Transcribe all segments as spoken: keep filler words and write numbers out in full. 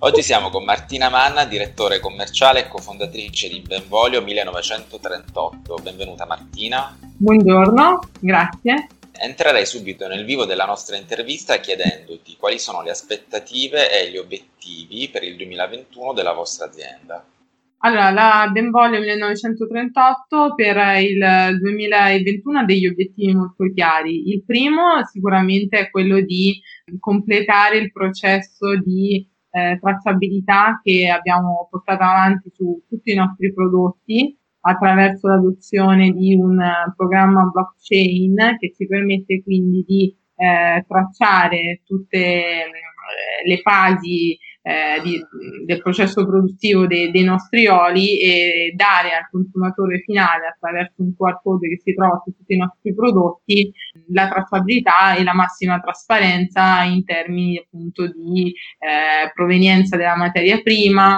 Oggi siamo con Martina Manna, direttore commerciale e cofondatrice di Benvolio millenovecentotrentotto. Benvenuta Martina. Buongiorno, grazie. Entrerei subito nel vivo della nostra intervista chiedendoti quali sono le aspettative e gli obiettivi per il duemilaventuno della vostra azienda. Allora, la Benvolio millenovecentotrentotto per il duemilaventuno ha degli obiettivi molto chiari. Il primo sicuramente è quello di completare il processo di eh, tracciabilità che abbiamo portato avanti su tutti i nostri prodotti attraverso l'adozione di un programma blockchain che ci permette quindi di eh, tracciare tutte eh, le fasi Eh, di, del processo produttivo de, dei nostri oli e dare al consumatore finale attraverso un Q R code che si trova su tutti i nostri prodotti la tracciabilità e la massima trasparenza in termini appunto di eh, provenienza della materia prima,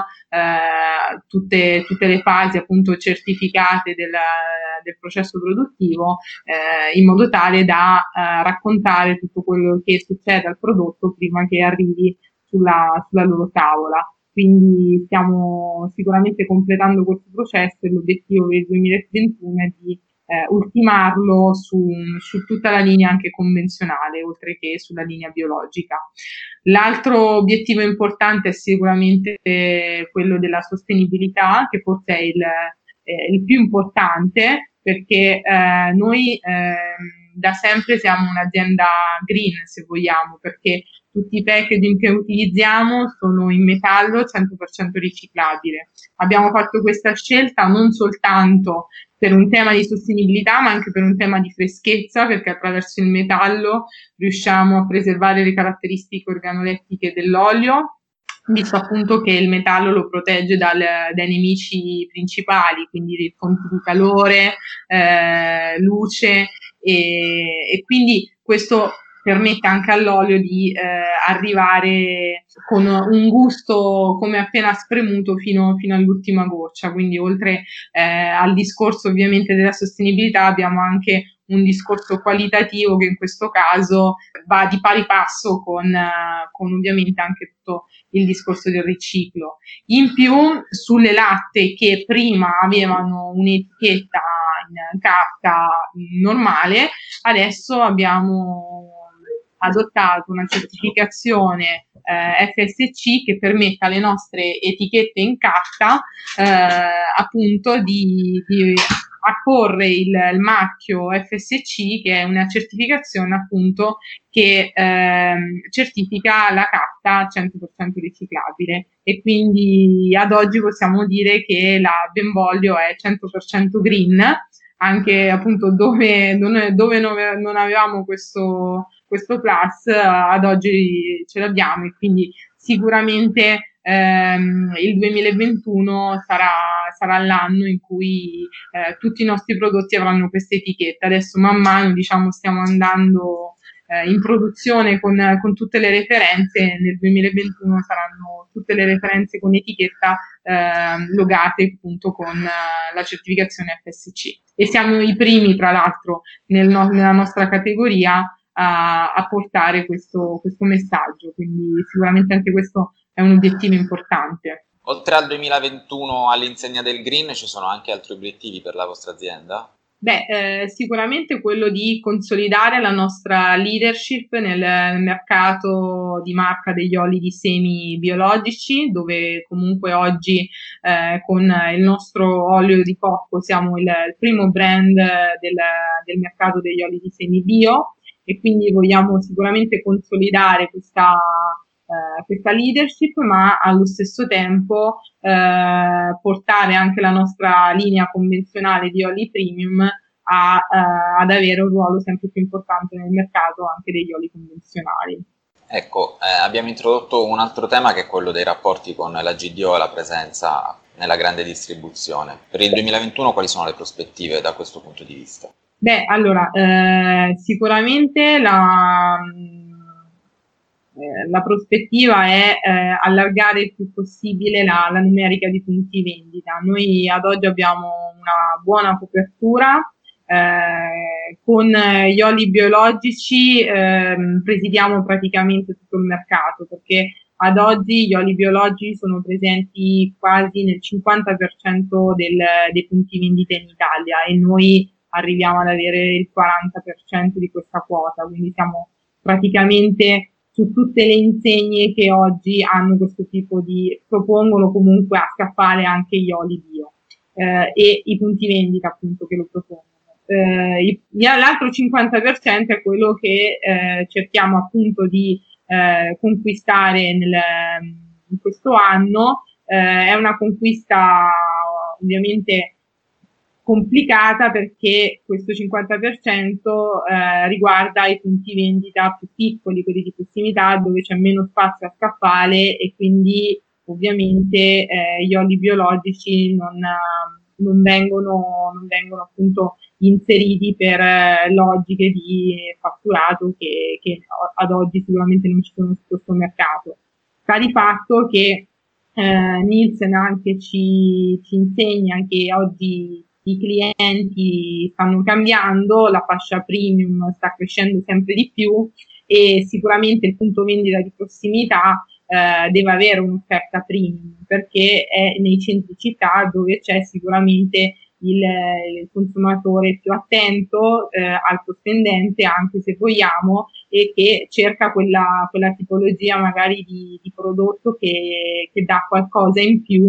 eh, tutte, tutte le fasi appunto certificate della, del processo produttivo eh, in modo tale da eh, raccontare tutto quello che succede al prodotto prima che arrivi Sulla, sulla loro tavola. Quindi stiamo sicuramente completando questo processo e l'obiettivo per il duemilaventuno è di eh, ultimarlo su, su tutta la linea anche convenzionale, oltre che sulla linea biologica. L'altro obiettivo importante è sicuramente eh, quello della sostenibilità, che forse è il, eh, il più importante, perché eh, noi eh, da sempre siamo un'azienda green, se vogliamo, perché tutti i packaging che utilizziamo sono in metallo cento per cento riciclabile. Abbiamo fatto questa scelta non soltanto per un tema di sostenibilità, ma anche per un tema di freschezza, perché attraverso il metallo riusciamo a preservare le caratteristiche organolettiche dell'olio, visto appunto che il metallo lo protegge dal, dai nemici principali, quindi fonti di calore, eh, luce, e, e quindi questo permette anche all'olio di eh, arrivare con un gusto come appena spremuto fino, fino all'ultima goccia. Quindi oltre eh, al discorso ovviamente della sostenibilità abbiamo anche un discorso qualitativo che in questo caso va di pari passo con, uh, con ovviamente anche tutto il discorso del riciclo. In più sulle latte che prima avevano un'etichetta in carta normale, adesso abbiamo adottato una certificazione eh, F S C che permette alle nostre etichette in carta eh, appunto di, di apporre il, il marchio F S C, che è una certificazione appunto che eh, certifica la carta cento per cento riciclabile, e quindi ad oggi possiamo dire che la Benvolio è cento per cento green, anche appunto dove, dove non avevamo questo, questo plus, ad oggi ce l'abbiamo, e quindi sicuramente ehm, il duemilaventuno sarà, sarà l'anno in cui eh, tutti i nostri prodotti avranno questa etichetta. Adesso man mano diciamo stiamo andando eh, in produzione con, con tutte le referenze. Nel duemilaventuno saranno tutte le referenze con etichetta eh, logate appunto con eh, la certificazione F S C, e siamo i primi tra l'altro nel no- nella nostra categoria a, a portare questo, questo messaggio, quindi sicuramente anche questo è un obiettivo importante. Oltre al duemilaventuno all'insegna del green ci sono anche altri obiettivi per la vostra azienda? Beh, eh, sicuramente quello di consolidare la nostra leadership nel, nel mercato di marca degli oli di semi biologici, dove comunque oggi eh, con il nostro olio di cocco siamo il, il primo brand del, del mercato degli oli di semi bio, e quindi vogliamo sicuramente consolidare questa eh, questa leadership, ma allo stesso tempo eh, portare anche la nostra linea convenzionale di oli premium a, eh, ad avere un ruolo sempre più importante nel mercato anche degli oli convenzionali. Ecco, eh, abbiamo introdotto un altro tema che è quello dei rapporti con la G D O e la presenza nella grande distribuzione. Per il duemilaventuno quali sono le prospettive da questo punto di vista? Beh, allora, eh, sicuramente la, eh, la prospettiva è eh, allargare il più possibile la, la numerica di punti vendita. Noi ad oggi abbiamo una buona copertura. Eh, con gli oli biologici eh, presidiamo praticamente tutto il mercato, perché ad oggi gli oli biologici sono presenti quasi nel cinquanta per cento del, dei punti vendita in Italia e noi arriviamo ad avere il quaranta per cento di questa quota, quindi siamo praticamente su tutte le insegne che oggi hanno questo tipo di, propongono comunque a scaffale anche gli oli bio eh, e i punti vendita appunto che lo propongono. Eh, l'altro cinquanta per cento è quello che eh, cerchiamo appunto di eh, conquistare nel, in questo anno. Eh, è una conquista ovviamente complicata perché questo cinquanta per cento eh, riguarda i punti vendita più piccoli, quelli di prossimità, dove c'è meno spazio a scaffale e quindi ovviamente eh, gli oli biologici non, non, vengono, non vengono appunto inseriti per eh, logiche di fatturato che, che ad oggi sicuramente non ci sono su questo mercato. Sta di fatto che eh, Nielsen anche ci, ci insegna che oggi i clienti stanno cambiando, la fascia premium sta crescendo sempre di più e sicuramente il punto vendita di prossimità eh, deve avere un'offerta premium perché è nei centri città dove c'è sicuramente il, il consumatore più attento, eh, alto spendente anche se vogliamo, e che cerca quella, quella tipologia magari di, di prodotto che, che dà qualcosa in più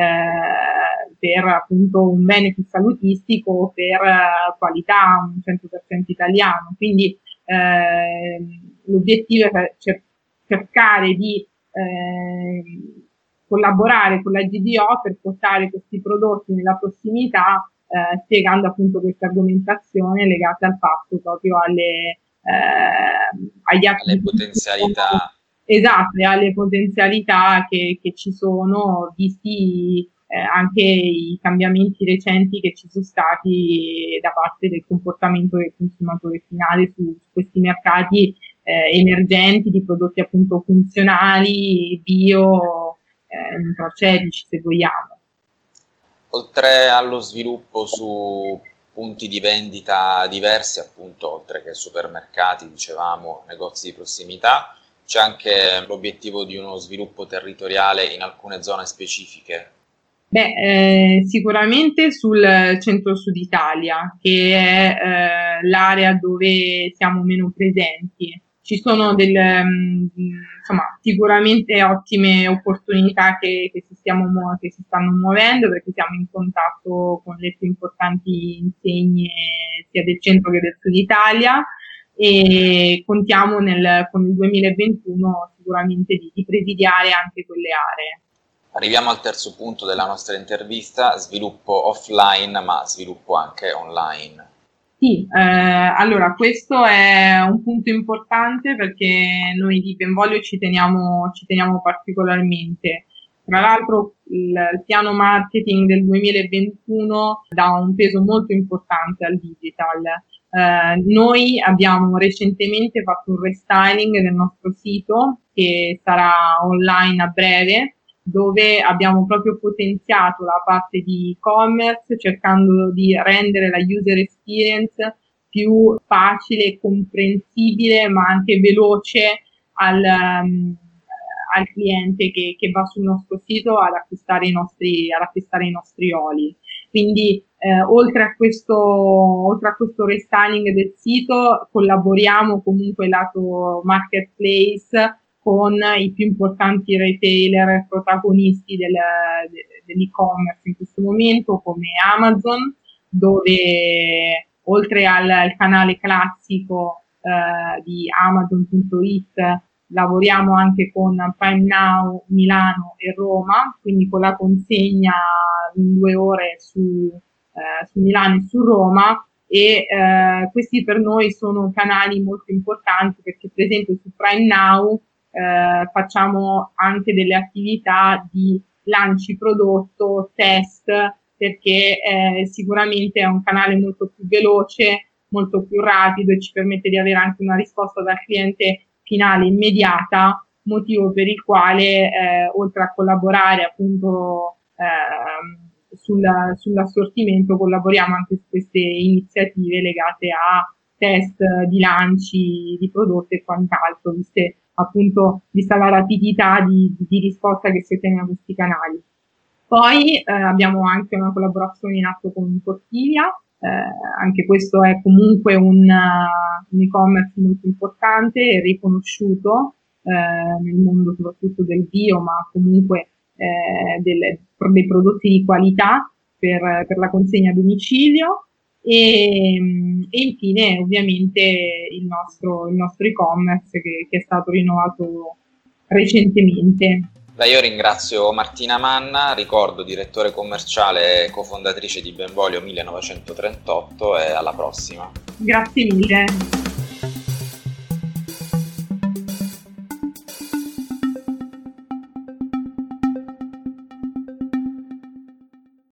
eh, per appunto un benefit salutistico, per uh, qualità, un cento per cento italiano. Quindi eh, l'obiettivo è cer- cercare di eh, collaborare con la G D O per portare questi prodotti nella prossimità, eh, spiegando appunto questa argomentazione legata al fatto proprio alle, eh, agli atti alle potenzialità. Esatto, e alle potenzialità che, che ci sono, visti eh, anche i cambiamenti recenti che ci sono stati da parte del comportamento del consumatore finale su, su questi mercati eh, emergenti di prodotti appunto funzionali, bio, eh, nutraceuticci se vogliamo. Oltre allo sviluppo su punti di vendita diversi, appunto, oltre che supermercati, dicevamo, negozi di prossimità, c'è anche l'obiettivo di uno sviluppo territoriale in alcune zone specifiche? Beh, eh, sicuramente sul centro-sud Italia, che è eh, l'area dove siamo meno presenti. Ci sono delle, mh, insomma, sicuramente ottime opportunità che, che, si stiamo mu- che si stanno muovendo perché siamo in contatto con le più importanti insegne sia del centro che del sud Italia e contiamo nel, con il duemilaventuno sicuramente di, di presidiare anche quelle aree. Arriviamo al terzo punto della nostra intervista, sviluppo offline ma sviluppo anche online. Sì, eh, allora questo è un punto importante perché noi di Benvolio ci teniamo, ci teniamo particolarmente. Tra l'altro il, il piano marketing del duemilaventuno dà un peso molto importante al digital. Eh, noi abbiamo recentemente fatto un restyling del nostro sito che sarà online a breve, dove abbiamo proprio potenziato la parte di e-commerce cercando di rendere la user experience più facile e comprensibile ma anche veloce al, um, al cliente che, che va sul nostro sito ad acquistare i nostri, ad acquistare i nostri oli. Quindi eh, oltre, a questo, oltre a questo restyling del sito collaboriamo comunque lato marketplace con i più importanti retailer protagonisti del, dell'e-commerce in questo momento come Amazon, dove oltre al, al canale classico eh, di Amazon punto it lavoriamo anche con Prime Now Milano e Roma, quindi con la consegna in due ore su, eh, su Milano e su Roma e eh, questi per noi sono canali molto importanti perché per esempio su Prime Now eh, facciamo anche delle attività di lanci prodotto, test, perché eh, sicuramente è un canale molto più veloce, molto più rapido e ci permette di avere anche una risposta dal cliente finale immediata, motivo per il quale eh, oltre a collaborare appunto eh, sulla, sull'assortimento collaboriamo anche su queste iniziative legate a test di lanci di prodotti e quant'altro, viste appunto vista la rapidità di, di risposta che si ottiene da questi canali. Poi eh, abbiamo anche una collaborazione in atto con Fortilia, eh, anche questo è comunque un, uh, un e-commerce molto importante e riconosciuto eh, nel mondo soprattutto del bio, ma comunque eh, delle, dei prodotti di qualità per, per la consegna a domicilio. E, e infine ovviamente il nostro, il nostro e-commerce che, che è stato rinnovato recentemente. Beh, io ringrazio Martina Manna, ricordo direttore commerciale e cofondatrice di Benvolio millenovecentotrentotto, e alla prossima. Grazie mille.